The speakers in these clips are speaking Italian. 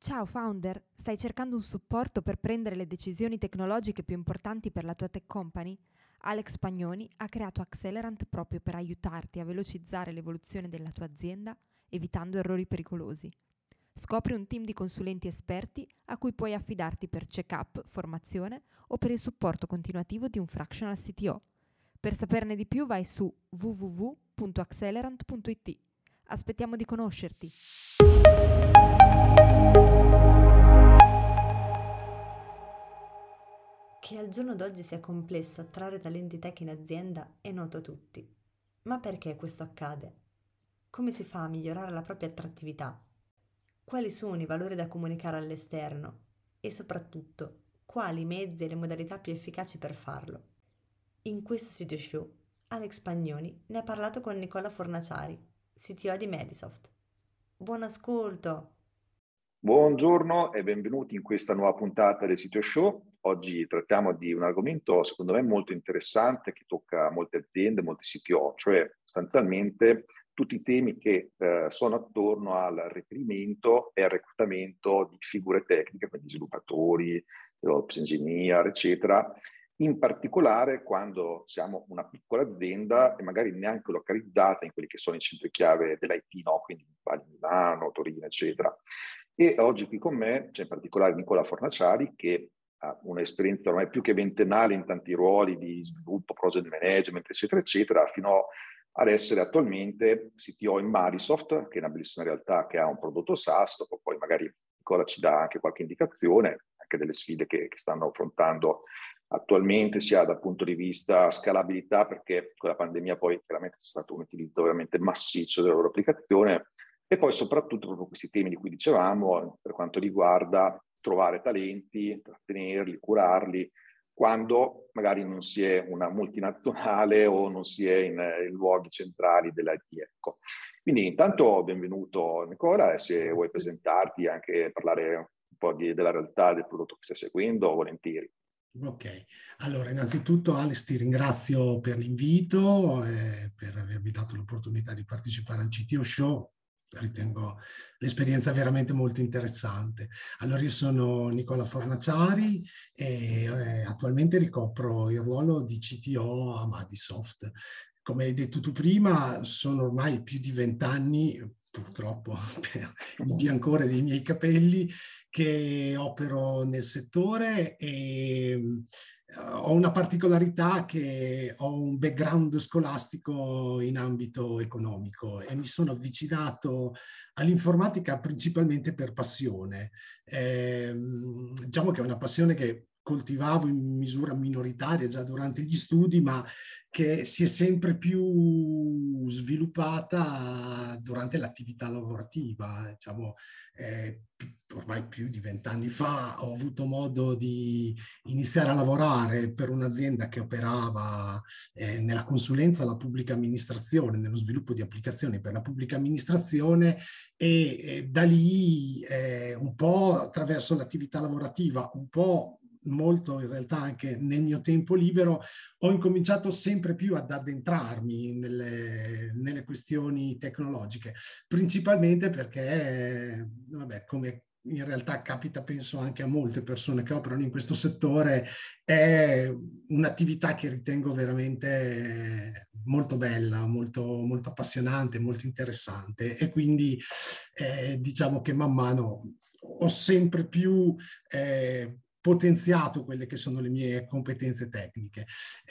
Ciao founder, stai cercando un supporto per prendere le decisioni tecnologiche più importanti per la tua tech company? Alex Pagnoni ha creato Accelerant proprio per aiutarti a velocizzare l'evoluzione della tua azienda, evitando errori pericolosi. Scopri un team di consulenti esperti a cui puoi affidarti per check-up, formazione o per il supporto continuativo di un fractional CTO. Per saperne di più vai su www.accelerant.it. Aspettiamo di conoscerti! Che al giorno d'oggi sia complesso attrarre talenti tech in azienda è noto a tutti. Ma perché questo accade? Come si fa a migliorare la propria attrattività? Quali sono i valori da comunicare all'esterno? E soprattutto, quali i mezzi e le modalità più efficaci per farlo? In questo sito show, Alex Pagnoni ne ha parlato con Nicola Fornaciari, CTO di Medisoft. Buon ascolto! Buongiorno e benvenuti in questa nuova puntata del Sito Show. Oggi trattiamo di un argomento secondo me molto interessante che tocca molte aziende, molti CTO, cioè sostanzialmente tutti i temi che sono attorno al reperimento e al reclutamento di figure tecniche, quindi sviluppatori, DevOps engineer, eccetera, in particolare quando siamo una piccola azienda e magari neanche localizzata in quelli che sono i centri chiave dell'IT, no? Quindi Milano, Torino, eccetera. E oggi qui con me c'è in particolare Nicola Fornaciari che ha un'esperienza ormai più che ventennale in tanti ruoli di sviluppo, project management, eccetera, eccetera, fino ad essere attualmente CTO in Marisoft, che è una bellissima realtà che ha un prodotto SaaS, dopo poi magari Nicola ci dà anche qualche indicazione, anche delle sfide che stanno affrontando attualmente, sia dal punto di vista scalabilità, perché con la pandemia poi chiaramente c'è stato un utilizzo veramente massiccio della loro applicazione, e poi soprattutto proprio questi temi di cui dicevamo per quanto riguarda trovare talenti, trattenerli, curarli, quando magari non si è una multinazionale o non si è in luoghi centrali dell'IT. Ecco. Quindi intanto benvenuto Nicola, e se vuoi presentarti anche parlare un po' della realtà del prodotto che stai seguendo, volentieri. Ok, allora innanzitutto Alex ti ringrazio per l'invito e per avermi dato l'opportunità di partecipare al CTO Show. Ritengo l'esperienza veramente molto interessante. Allora io sono Nicola Fornaciari e attualmente ricopro il ruolo di CTO a Madisoft. Come hai detto tu prima, sono ormai più di 20 anni, purtroppo per il biancore dei miei capelli, che opero nel settore e ho una particolarità che ho un background scolastico in ambito economico e mi sono avvicinato all'informatica principalmente per passione. Diciamo che è una passione che coltivavo in misura minoritaria già durante gli studi, ma che si è sempre più sviluppata durante l'attività lavorativa. Diciamo, ormai più di 20 anni fa ho avuto modo di iniziare a lavorare per un'azienda che operava nella consulenza alla pubblica amministrazione, nello sviluppo di applicazioni per la pubblica amministrazione e da lì un po' attraverso l'attività lavorativa, un po' molto in realtà anche nel mio tempo libero, ho incominciato sempre più ad addentrarmi nelle questioni tecnologiche, principalmente perché, vabbè, come in realtà capita penso anche a molte persone che operano in questo settore, è un'attività che ritengo veramente molto bella, molto, molto appassionante, molto interessante e quindi diciamo che man mano ho sempre più potenziato quelle che sono le mie competenze tecniche.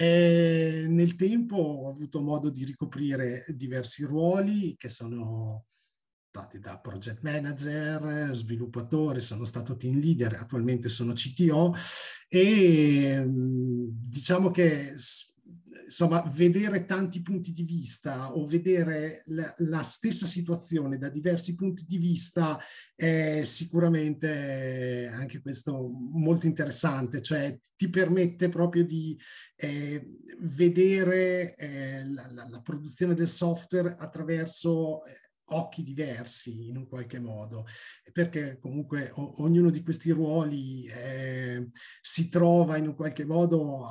Nel tempo ho avuto modo di ricoprire diversi ruoli che sono stati da project manager, sviluppatore, sono stato team leader, attualmente sono CTO e diciamo che insomma vedere tanti punti di vista o vedere la stessa situazione da diversi punti di vista è sicuramente anche questo molto interessante, cioè ti permette proprio di vedere la produzione del software attraverso occhi diversi in un qualche modo, perché comunque ognuno di questi ruoli si trova in un qualche modo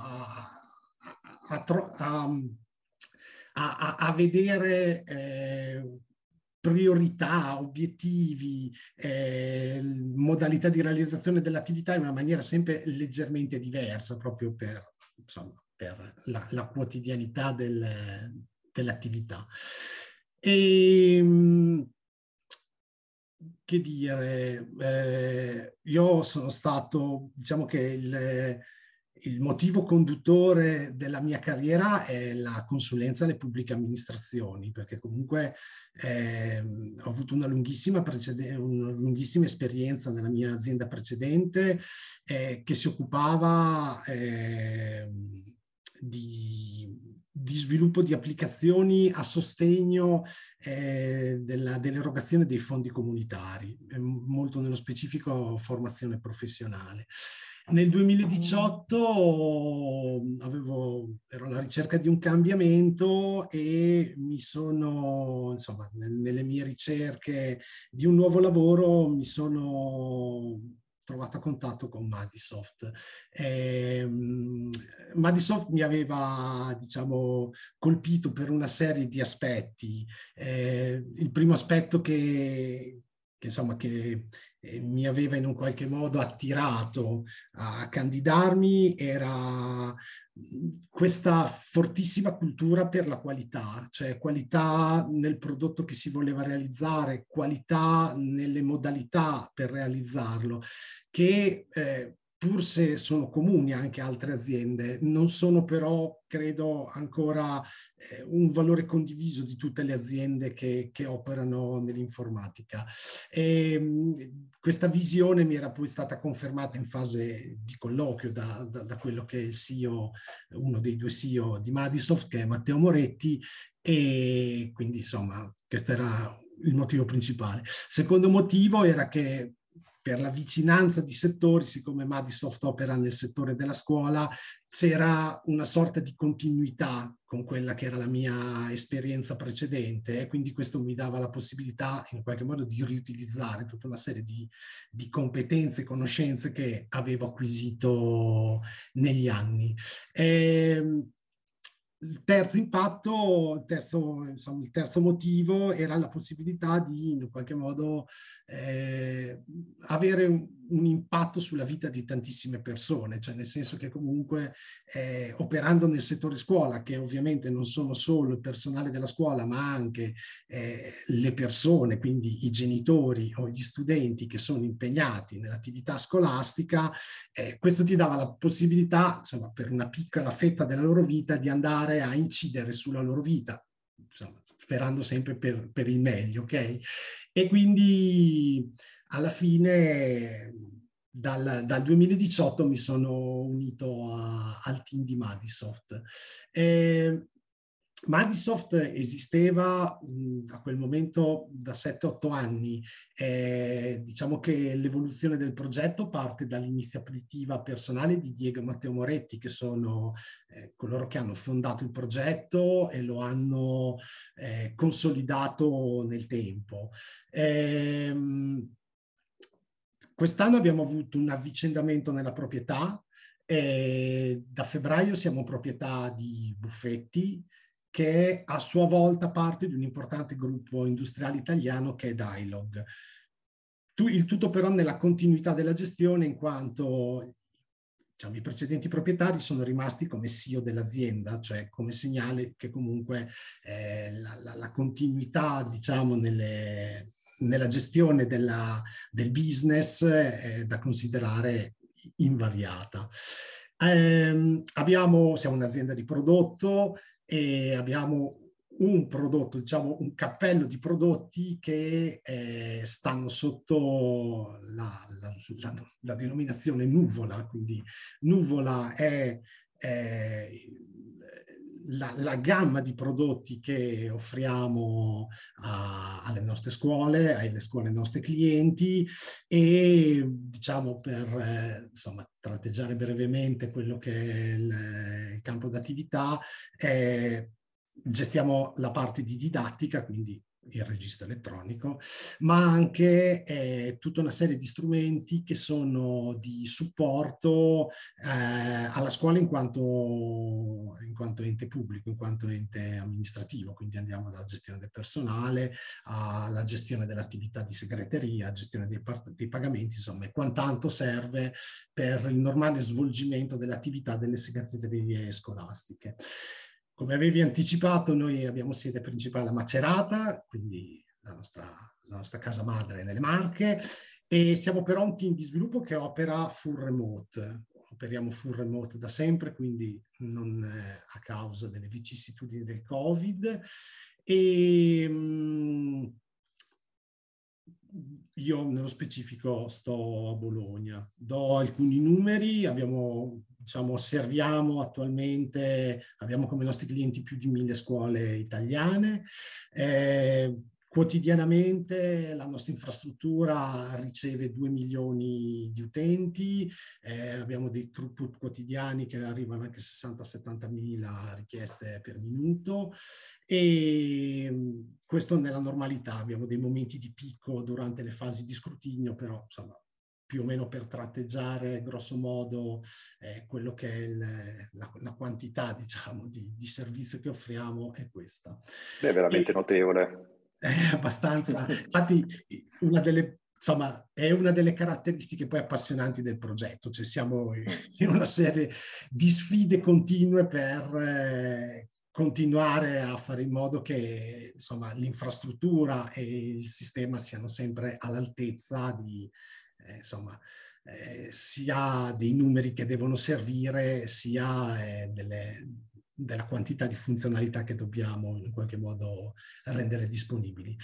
a vedere priorità, obiettivi, modalità di realizzazione dell'attività in una maniera sempre leggermente diversa, proprio per, insomma, per la quotidianità dell'attività. E che dire, io sono stato, diciamo che il motivo conduttore della mia carriera è la consulenza alle pubbliche amministrazioni, perché comunque ho avuto una lunghissima esperienza nella mia azienda precedente che si occupava di sviluppo di applicazioni a sostegno dell'erogazione dei fondi comunitari, molto nello specifico formazione professionale. Nel 2018 ero alla ricerca di un cambiamento e mi sono, insomma, nelle mie ricerche di un nuovo lavoro mi sono trovato a contatto con Madisoft. Madisoft mi aveva, diciamo, colpito per una serie di aspetti. Il primo aspetto che mi aveva in un qualche modo attirato a candidarmi era questa fortissima cultura per la qualità, cioè qualità nel prodotto che si voleva realizzare, qualità nelle modalità per realizzarlo, che pur se sono comuni anche a altre aziende, non sono però, credo, ancora un valore condiviso di tutte le aziende che operano nell'informatica. Questa visione mi era poi stata confermata in fase di colloquio da quello che è il CEO, uno dei due CEO di Madisoft, che è Matteo Moretti, e quindi insomma questo era il motivo principale. Secondo motivo era che per la vicinanza di settori, siccome Madisoft opera nel settore della scuola, c'era una sorta di continuità con quella che era la mia esperienza precedente, e quindi questo mi dava la possibilità in qualche modo di riutilizzare tutta una serie di competenze e conoscenze che avevo acquisito negli anni. Il terzo impatto, il terzo motivo era la possibilità di in qualche modo avere un impatto sulla vita di tantissime persone, cioè nel senso che comunque operando nel settore scuola, che ovviamente non sono solo il personale della scuola, ma anche le persone, quindi i genitori o gli studenti che sono impegnati nell'attività scolastica, questo ti dava la possibilità, insomma, per una piccola fetta della loro vita, di andare a incidere sulla loro vita, insomma, sperando sempre per il meglio, ok? E quindi alla fine dal 2018 mi sono unito al team di Madisoft. Madisoft esisteva a quel momento da 7-8 anni. Diciamo che l'evoluzione del progetto parte dall'iniziativa personale di Diego e Matteo Moretti, che sono coloro che hanno fondato il progetto e lo hanno consolidato nel tempo. Quest'anno abbiamo avuto un avvicendamento nella proprietà. Da febbraio siamo proprietà di Buffetti, che è a sua volta parte di un importante gruppo industriale italiano che è Dialog. Il tutto però nella continuità della gestione, in quanto diciamo, i precedenti proprietari sono rimasti come CEO dell'azienda, cioè come segnale che comunque la continuità, diciamo, nella gestione del business è da considerare invariata. Siamo un'azienda di prodotto e abbiamo un prodotto, diciamo un cappello di prodotti che stanno sotto la denominazione Nuvola. Quindi Nuvola è la gamma di prodotti che offriamo alle nostre scuole, alle scuole dei nostri clienti, e diciamo per insomma tratteggiare brevemente quello che è il campo d'attività, gestiamo la parte di didattica, quindi il registro elettronico, ma anche tutta una serie di strumenti che sono di supporto alla scuola in quanto ente pubblico, in quanto ente amministrativo. Quindi andiamo dalla gestione del personale alla gestione dell'attività di segreteria, gestione dei pagamenti, insomma, e quant'altro serve per il normale svolgimento dell'attività delle segreterie scolastiche. Come avevi anticipato, noi abbiamo sede principale a Macerata, quindi la nostra casa madre è nelle Marche, e siamo però un team di sviluppo che opera full remote. Operiamo full remote da sempre, quindi non a causa delle vicissitudini del Covid. E io nello specifico sto a Bologna. Do alcuni numeri, serviamo attualmente, abbiamo come nostri clienti più di 1000 scuole italiane. Quotidianamente la nostra infrastruttura riceve 2 milioni di utenti, abbiamo dei throughput quotidiani che arrivano anche a 60-70 mila richieste per minuto, e questo nella normalità. Abbiamo dei momenti di picco durante le fasi di scrutinio, però insomma più o meno per tratteggiare grosso modo quello che è la quantità, diciamo, di servizio che offriamo è questa. È veramente notevole. È abbastanza, infatti è una delle caratteristiche poi appassionanti del progetto, cioè siamo in una serie di sfide continue per continuare a fare in modo che insomma l'infrastruttura e il sistema siano sempre all'altezza di sia dei numeri che devono servire, sia della quantità di funzionalità che dobbiamo in qualche modo rendere disponibili.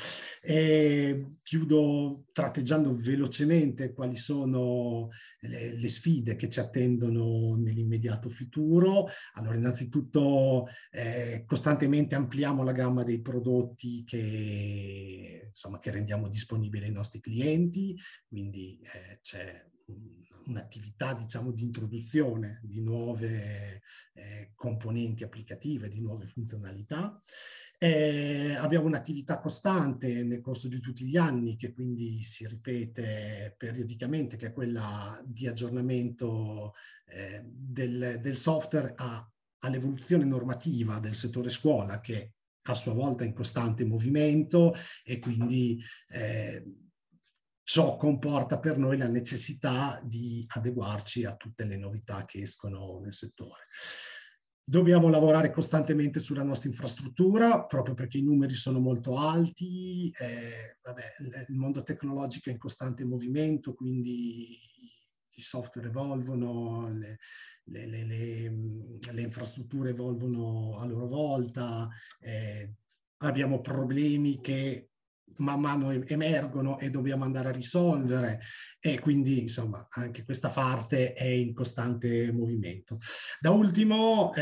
Chiudo tratteggiando velocemente quali sono le sfide che ci attendono nell'immediato futuro. Allora, innanzitutto costantemente ampliamo la gamma dei prodotti che rendiamo disponibili ai nostri clienti, quindi c'è un'attività, diciamo, di introduzione di nuove componenti applicative, di nuove funzionalità. Abbiamo un'attività costante nel corso di tutti gli anni, che quindi si ripete periodicamente, che è quella di aggiornamento del software all'evoluzione normativa del settore scuola, che a sua volta è in costante movimento, e quindi ciò comporta per noi la necessità di adeguarci a tutte le novità che escono nel settore. Dobbiamo lavorare costantemente sulla nostra infrastruttura, proprio perché i numeri sono molto alti. Il mondo tecnologico è in costante movimento, quindi i software evolvono, le infrastrutture evolvono a loro volta, abbiamo problemi che man mano emergono e dobbiamo andare a risolvere, e quindi insomma anche questa parte è in costante movimento. Da ultimo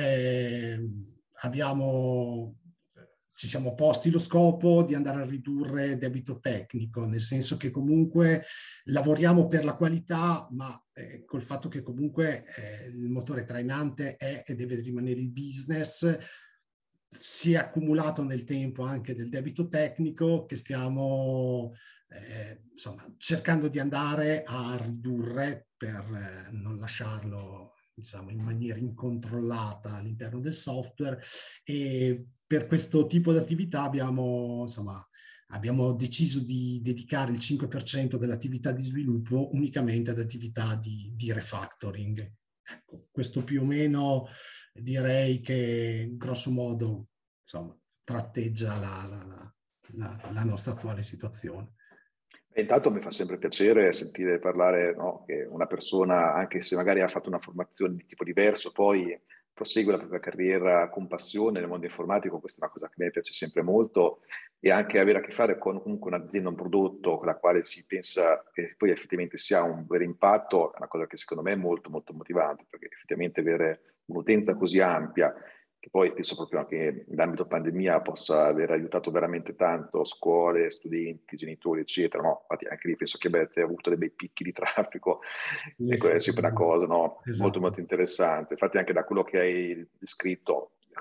ci siamo posti lo scopo di andare a ridurre debito tecnico, nel senso che comunque lavoriamo per la qualità, ma col fatto che comunque il motore trainante è e deve rimanere il business. Si è accumulato nel tempo anche del debito tecnico che stiamo cercando di andare a ridurre per non lasciarlo, diciamo, in maniera incontrollata all'interno del software. E per questo tipo di attività abbiamo deciso di dedicare il 5% dell'attività di sviluppo unicamente ad attività di refactoring. Ecco, questo più o meno direi che grosso modo tratteggia la nostra attuale situazione. E intanto mi fa sempre piacere sentire parlare, no, che una persona, anche se magari ha fatto una formazione di tipo diverso, poi prosegue la propria carriera con passione nel mondo informatico. Questa è una cosa che a me piace sempre molto, e anche avere a che fare con comunque un'azienda, un prodotto con la quale si pensa che poi effettivamente si ha un vero impatto, è una cosa che secondo me è molto molto motivante, perché effettivamente avere un'utenza così ampia, che poi penso proprio anche nell'ambito pandemia possa aver aiutato veramente tanto scuole, studenti, genitori, eccetera, no? Infatti anche lì penso che avete avuto dei bei picchi di traffico, ecco, è sempre una cosa, no? Esatto. Molto molto interessante. Infatti anche da quello che hai descritto,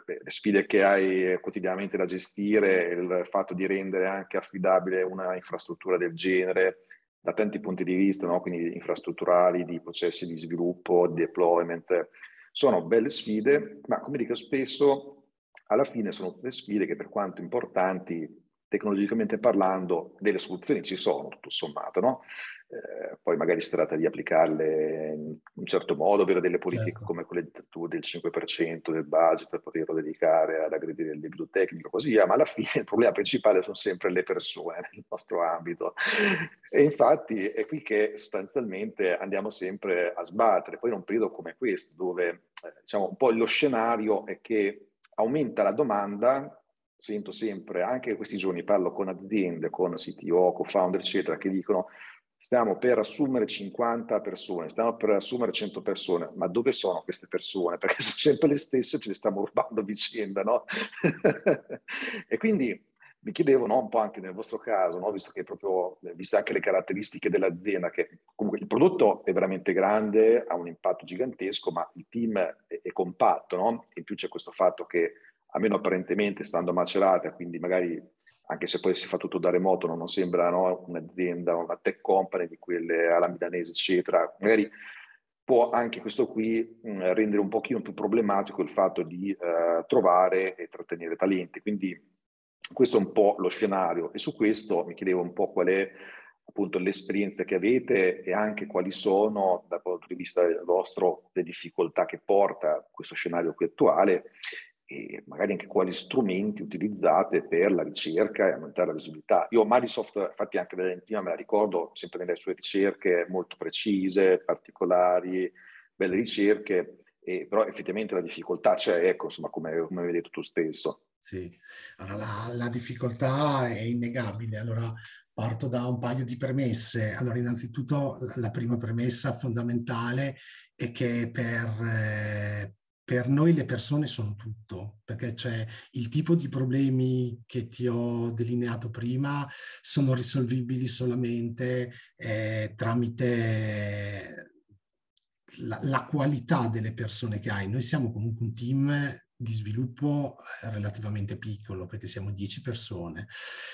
le sfide che hai quotidianamente da gestire, il fatto di rendere anche affidabile una infrastruttura del genere da tanti punti di vista, no? Quindi infrastrutturali, di processi di sviluppo, di deployment, sono belle sfide, ma come dico spesso, alla fine sono tutte sfide che, per quanto importanti, tecnologicamente parlando, delle soluzioni ci sono, tutto sommato, no? Poi magari si tratta di applicarle in un certo modo, avere delle politiche Certo. come quelle del 5% del budget per poterlo dedicare ad aggredire il debito tecnico e così via, ma alla fine il problema principale sono sempre le persone nel nostro ambito. E infatti è qui che sostanzialmente andiamo sempre a sbattere. Poi in un periodo come questo, dove diciamo un po' lo scenario è che aumenta la domanda. Sento sempre, anche questi giorni parlo con aziende, con CTO, co-founder, eccetera, che dicono: stiamo per assumere 50 persone, stiamo per assumere 100 persone, ma dove sono queste persone? Perché sono sempre le stesse, ce le stiamo rubando a vicenda, no? E quindi mi chiedevo, no, un po' anche nel vostro caso, no, visto che proprio, viste anche le caratteristiche dell'azienda, che comunque il prodotto è veramente grande, ha un impatto gigantesco, ma il team è compatto, no? In più c'è questo fatto che, almeno apparentemente, stando a Macerata, quindi magari, anche se poi si fa tutto da remoto, non sembra, no, un'azienda, una tech company di quelle alla milanese, eccetera, magari può anche questo qui rendere un pochino più problematico il fatto di trovare e trattenere talenti. Quindi questo è un po' lo scenario, e su questo mi chiedevo un po' qual è appunto l'esperienza che avete e anche quali sono, dal punto di vista vostro, le difficoltà che porta questo scenario qui attuale, e magari anche quali strumenti utilizzate per la ricerca e aumentare la visibilità. Io Microsoft, infatti, anche prima me la ricordo sempre nelle sue ricerche molto precise, particolari, belle ricerche, però effettivamente la difficoltà c'è, ecco, insomma, come hai detto tu stesso. Sì, allora, la difficoltà è innegabile. Allora, parto da un paio di premesse. Allora, innanzitutto, la prima premessa fondamentale è che per noi le persone sono tutto, perché c'è il tipo di problemi che ti ho delineato prima sono risolvibili solamente tramite la qualità delle persone che hai. Noi siamo comunque un team di sviluppo relativamente piccolo, perché siamo 10 persone,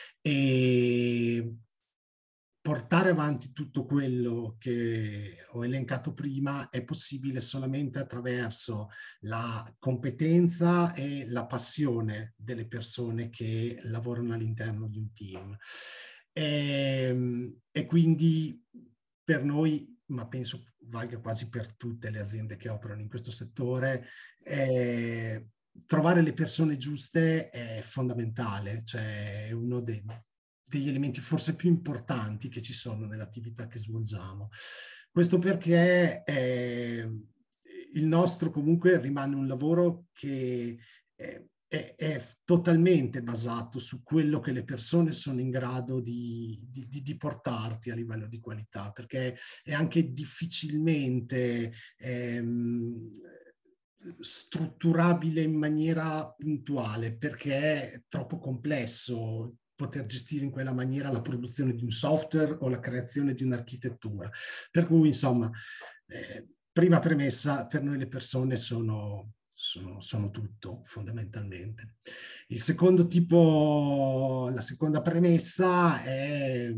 e portare avanti tutto quello che ho elencato prima è possibile solamente attraverso la competenza e la passione delle persone che lavorano all'interno di un team. E quindi per noi, ma penso valga quasi per tutte le aziende che operano in questo settore, trovare le persone giuste è fondamentale, cioè è uno degli elementi forse più importanti che ci sono nell'attività che svolgiamo. Questo perché il nostro comunque rimane un lavoro che è totalmente basato su quello che le persone sono in grado di portarti a livello di qualità, perché è anche difficilmente strutturabile in maniera puntuale, perché è troppo complesso poter gestire in quella maniera la produzione di un software o la creazione di un'architettura. Per cui, insomma, prima premessa, per noi le persone sono tutto, fondamentalmente. Il secondo tipo, la seconda premessa è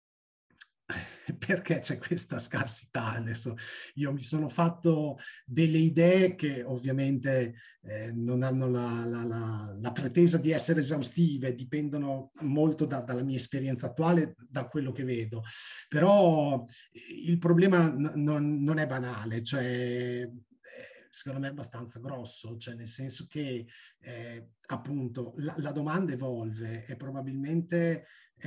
perché c'è questa scarsità. Adesso io mi sono fatto delle idee che ovviamente non hanno la pretesa di essere esaustive, dipendono molto dalla mia esperienza attuale, da quello che vedo. Però il problema non è banale, cioè secondo me è abbastanza grosso, cioè nel senso che appunto la domanda evolve e probabilmente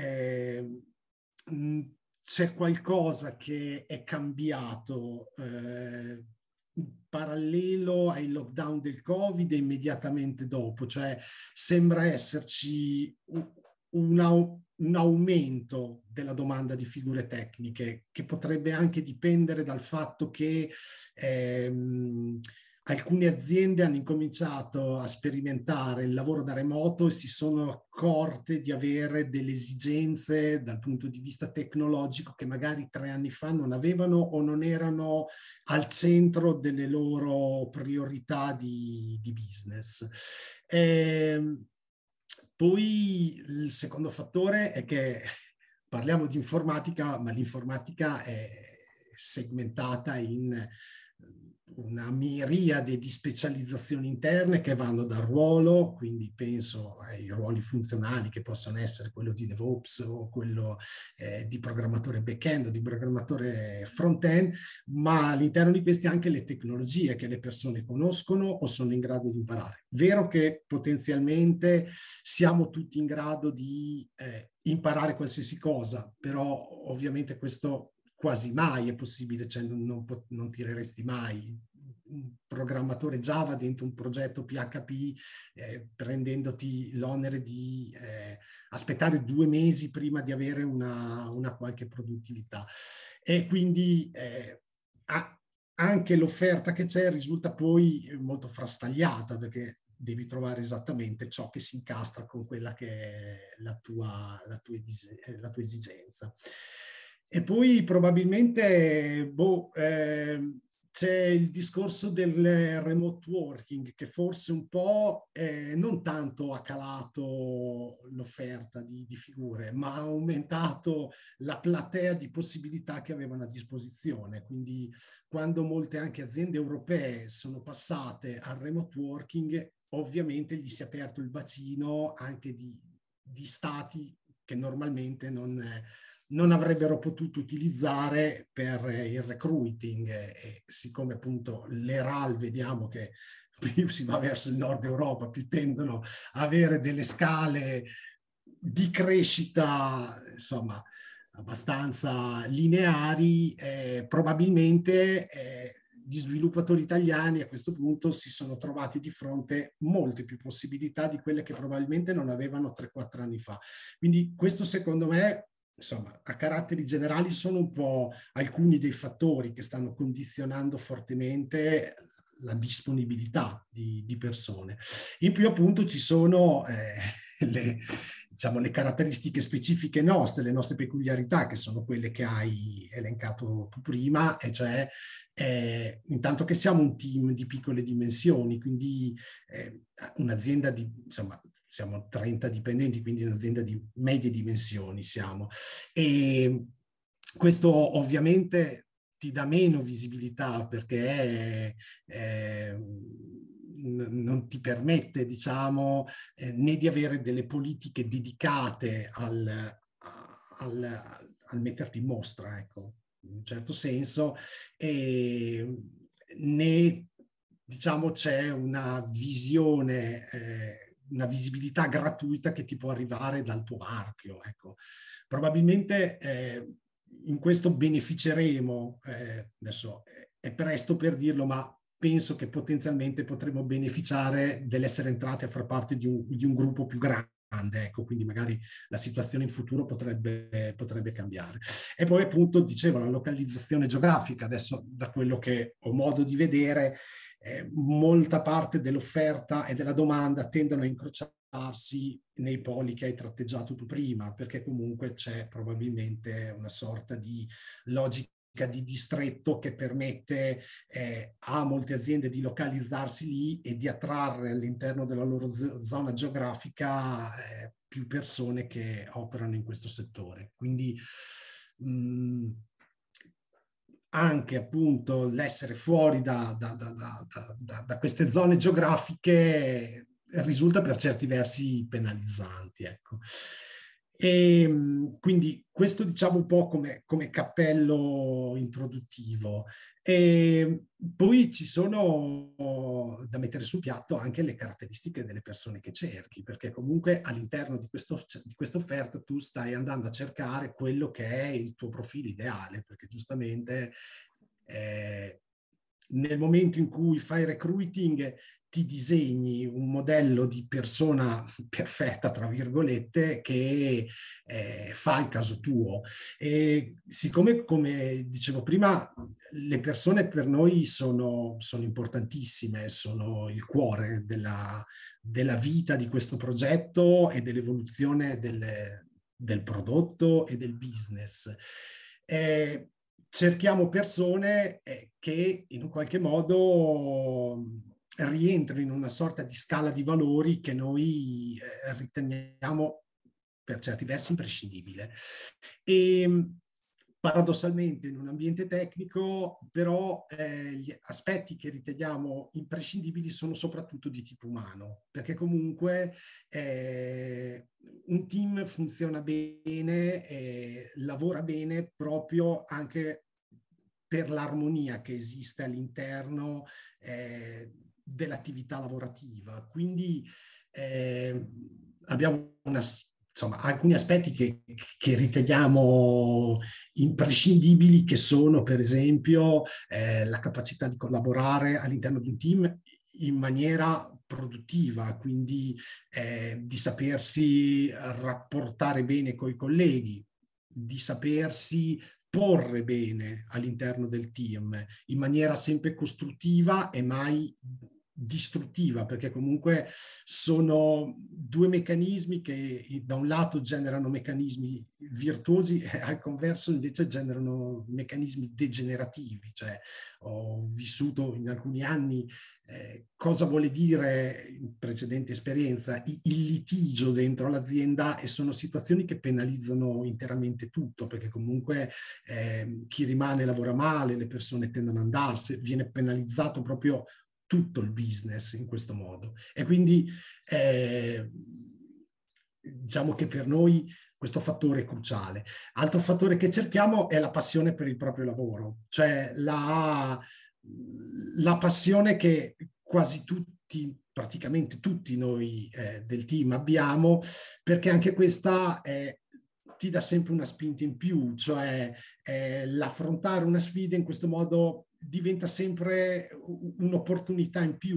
c'è qualcosa che è cambiato in parallelo ai lockdown del Covid e immediatamente dopo, cioè sembra esserci un aumento della domanda di figure tecniche, che potrebbe anche dipendere dal fatto che alcune aziende hanno incominciato a sperimentare il lavoro da remoto e si sono accorte di avere delle esigenze dal punto di vista tecnologico che magari 3 anni fa non avevano o non erano al centro delle loro priorità di business. Poi il secondo fattore è che parliamo di informatica, ma l'informatica è segmentata in una miriade di specializzazioni interne che vanno dal ruolo, quindi penso ai ruoli funzionali che possono essere quello di DevOps o quello di programmatore back-end o di programmatore front-end, ma all'interno di questi anche le tecnologie che le persone conoscono o sono in grado di imparare. Vero che potenzialmente siamo tutti in grado di imparare qualsiasi cosa, però ovviamente questo quasi mai è possibile, cioè non tireresti mai un programmatore Java dentro un progetto PHP prendendoti l'onere di aspettare 2 mesi prima di avere una qualche produttività. E quindi anche l'offerta che c'è risulta poi molto frastagliata, perché devi trovare esattamente ciò che si incastra con quella che è la tua esigenza. E poi probabilmente c'è il discorso del remote working che forse un po' non tanto ha calato l'offerta di figure, ma ha aumentato la platea di possibilità che avevano a disposizione. Quindi quando molte anche aziende europee sono passate al remote working, ovviamente gli si è aperto il bacino anche di stati che normalmente non avrebbero potuto utilizzare per il recruiting, e siccome appunto le RAL vediamo che più si va verso il nord Europa, più tendono a avere delle scale di crescita, insomma, abbastanza lineari, probabilmente gli sviluppatori italiani a questo punto si sono trovati di fronte molte più possibilità di quelle che probabilmente non avevano 3-4 anni fa. Quindi questo secondo me, insomma, a caratteri generali sono un po' alcuni dei fattori che stanno condizionando fortemente la disponibilità di persone. In più appunto ci sono le caratteristiche specifiche nostre, le nostre peculiarità, che sono quelle che hai elencato tu prima, e cioè intanto che siamo un team di piccole dimensioni, quindi un'azienda insomma, siamo 30 dipendenti, quindi un'azienda di medie dimensioni siamo. E questo ovviamente ti dà meno visibilità perché non ti permette, diciamo, né di avere delle politiche dedicate al metterti in mostra, ecco, in un certo senso, né, diciamo, c'è una visione, una visibilità gratuita che ti può arrivare dal tuo marchio, ecco. Probabilmente in questo beneficeremo, adesso è presto per dirlo, ma penso che potenzialmente potremo beneficiare dell'essere entrati a far parte di un gruppo più grande, ecco, quindi magari la situazione in futuro potrebbe cambiare. E poi appunto dicevo la localizzazione geografica, adesso da quello che ho modo di vedere, molta parte dell'offerta e della domanda tendono a incrociarsi nei poli che hai tratteggiato tu prima, perché comunque c'è probabilmente una sorta di logica di distretto che permette a molte aziende di localizzarsi lì e di attrarre all'interno della loro zona geografica più persone che operano in questo settore. Quindi anche appunto l'essere fuori da queste zone geografiche risulta per certi versi penalizzanti, ecco. E quindi questo diciamo un po' come cappello introduttivo. E poi ci sono da mettere sul piatto anche le caratteristiche delle persone che cerchi, perché comunque all'interno di questa offerta tu stai andando a cercare quello che è il tuo profilo ideale, perché giustamente nel momento in cui fai recruiting ti disegni un modello di persona perfetta, tra virgolette, che fa il caso tuo. E siccome, come dicevo prima, le persone per noi sono importantissime, sono il cuore della vita di questo progetto e dell'evoluzione del prodotto e del business. Cerchiamo persone che in un qualche modo rientrino in una sorta di scala di valori che noi riteniamo per certi versi imprescindibile. E paradossalmente in un ambiente tecnico però gli aspetti che riteniamo imprescindibili sono soprattutto di tipo umano, perché comunque un team funziona bene, lavora bene proprio anche per l'armonia che esiste all'interno dell'attività lavorativa. Quindi abbiamo alcuni aspetti che riteniamo imprescindibili, che sono per esempio la capacità di collaborare all'interno di un team in maniera produttiva, quindi di sapersi rapportare bene coi colleghi, di sapersi porre bene all'interno del team in maniera sempre costruttiva e mai distruttiva, perché comunque sono due meccanismi che da un lato generano meccanismi virtuosi e al converso invece generano meccanismi degenerativi. Cioè, ho vissuto in alcuni anni cosa vuole dire in precedente esperienza il litigio dentro l'azienda, e sono situazioni che penalizzano interamente tutto, perché comunque chi rimane lavora male, le persone tendono ad andarsene, viene penalizzato proprio tutto il business in questo modo. E quindi diciamo che per noi questo fattore è cruciale. Altro fattore che cerchiamo è la passione per il proprio lavoro, cioè la passione che quasi tutti, praticamente tutti noi del team abbiamo, perché anche questa ti dà sempre una spinta in più, cioè l'affrontare una sfida in questo modo diventa sempre un'opportunità in più,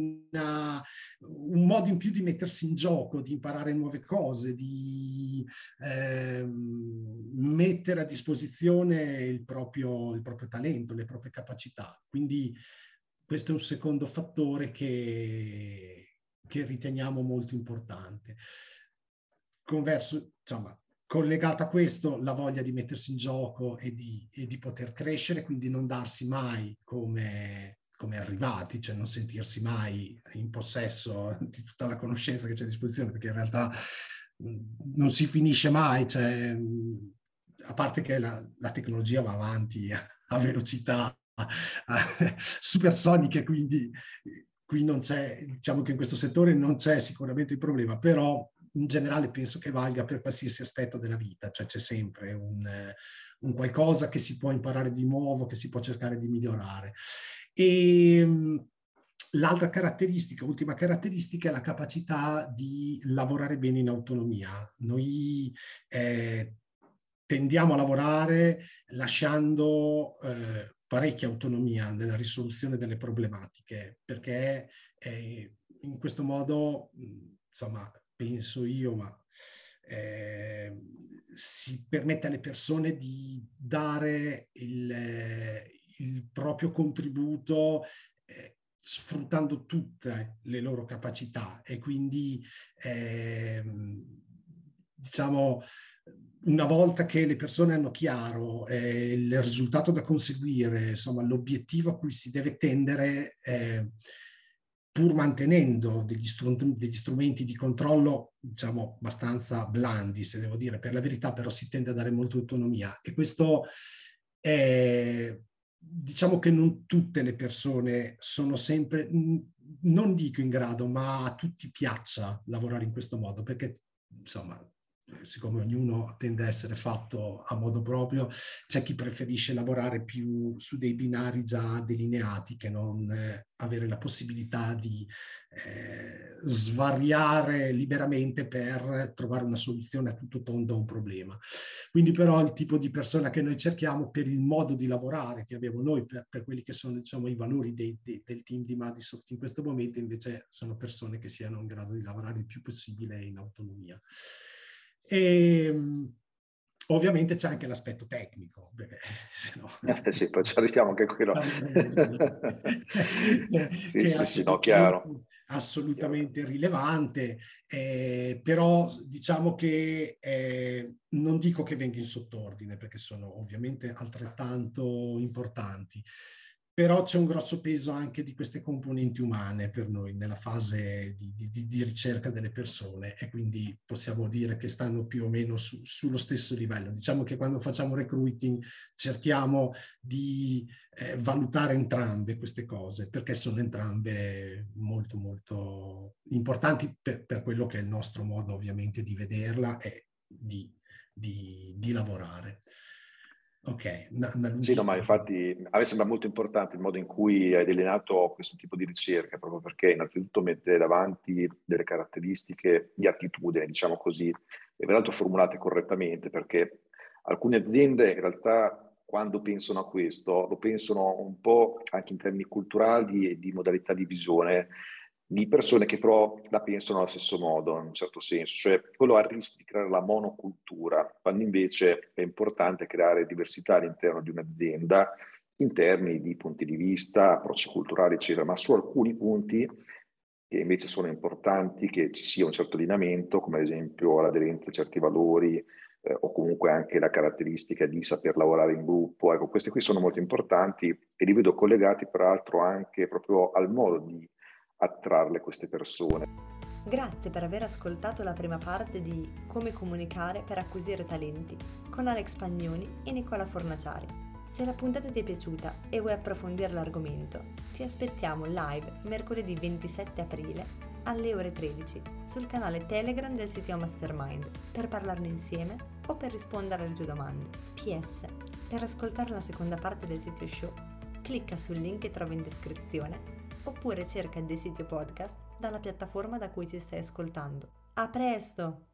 un modo in più di mettersi in gioco, di imparare nuove cose, di mettere a disposizione il proprio talento, le proprie capacità. Quindi questo è un secondo fattore che riteniamo molto importante. Converso, insomma, collegato a questo, la voglia di mettersi in gioco e di poter crescere, quindi non darsi mai come arrivati, cioè non sentirsi mai in possesso di tutta la conoscenza che c'è a disposizione, perché in realtà non si finisce mai, cioè, a parte che la tecnologia va avanti a velocità supersoniche, quindi qui non c'è, diciamo che in questo settore non c'è sicuramente il problema, però in generale penso che valga per qualsiasi aspetto della vita, cioè c'è sempre un qualcosa che si può imparare di nuovo, che si può cercare di migliorare. E l'altra caratteristica, ultima caratteristica, è la capacità di lavorare bene in autonomia. Noi tendiamo a lavorare lasciando parecchia autonomia nella risoluzione delle problematiche, perché in questo modo, insomma, penso io, ma si permette alle persone di dare il proprio contributo sfruttando tutte le loro capacità, e quindi diciamo, una volta che le persone hanno chiaro il risultato da conseguire, insomma l'obiettivo a cui si deve tendere, pur mantenendo degli strumenti di controllo, diciamo, abbastanza blandi, se devo dire, per la verità, però si tende a dare molta autonomia. E questo diciamo che non tutte le persone sono sempre, non dico in grado, ma a tutti piaccia lavorare in questo modo, perché insomma, siccome ognuno tende a essere fatto a modo proprio, c'è chi preferisce lavorare più su dei binari già delineati, che non avere la possibilità di svariare liberamente per trovare una soluzione a tutto tondo a un problema. Quindi però il tipo di persona che noi cerchiamo, per il modo di lavorare che abbiamo noi, per quelli che sono, diciamo, i valori del team di Madisoft in questo momento, invece sono persone che siano in grado di lavorare il più possibile in autonomia. E Ovviamente c'è anche l'aspetto tecnico, perché se no... Sì, poi ci arriviamo anche a quello. Sì, che sì, no, chiaro. assolutamente rilevante, però diciamo che non dico che venga in sottordine, perché sono ovviamente altrettanto importanti, però c'è un grosso peso anche di queste componenti umane per noi nella fase di ricerca delle persone, e quindi possiamo dire che stanno più o meno sullo stesso livello. Diciamo che quando facciamo recruiting cerchiamo di valutare entrambe queste cose, perché sono entrambe molto molto importanti per quello che è il nostro modo ovviamente di vederla e di lavorare. Ok, Sì, no, ma infatti a me sembra molto importante il modo in cui hai delineato questo tipo di ricerca, proprio perché innanzitutto mette davanti delle caratteristiche di attitudine, diciamo così, e peraltro formulate correttamente, perché alcune aziende in realtà quando pensano a questo lo pensano un po' anche in termini culturali e di modalità di visione, di persone che però la pensano allo stesso modo, in un certo senso, cioè quello ha il rischio di creare la monocultura, quando invece è importante creare diversità all'interno di un'azienda in termini di punti di vista, approcci culturali, eccetera, ma su alcuni punti che invece sono importanti che ci sia un certo allineamento, come ad esempio l'aderenza a certi valori, o comunque anche la caratteristica di saper lavorare in gruppo. Ecco, questi qui sono molto importanti e li vedo collegati peraltro anche proprio al modo di attrarle queste persone. Grazie per aver ascoltato la prima parte di Come comunicare per acquisire talenti con Alex Pagnoni e Nicola Fornaciari. Se la puntata ti è piaciuta e vuoi approfondire l'argomento, ti aspettiamo live mercoledì 27 aprile alle ore 13 sul canale Telegram del sito Mastermind per parlarne insieme o per rispondere alle tue domande. PS, per ascoltare la seconda parte del sito show, clicca sul link che trovi in descrizione oppure cerca il sito podcast dalla piattaforma da cui ci stai ascoltando. A presto!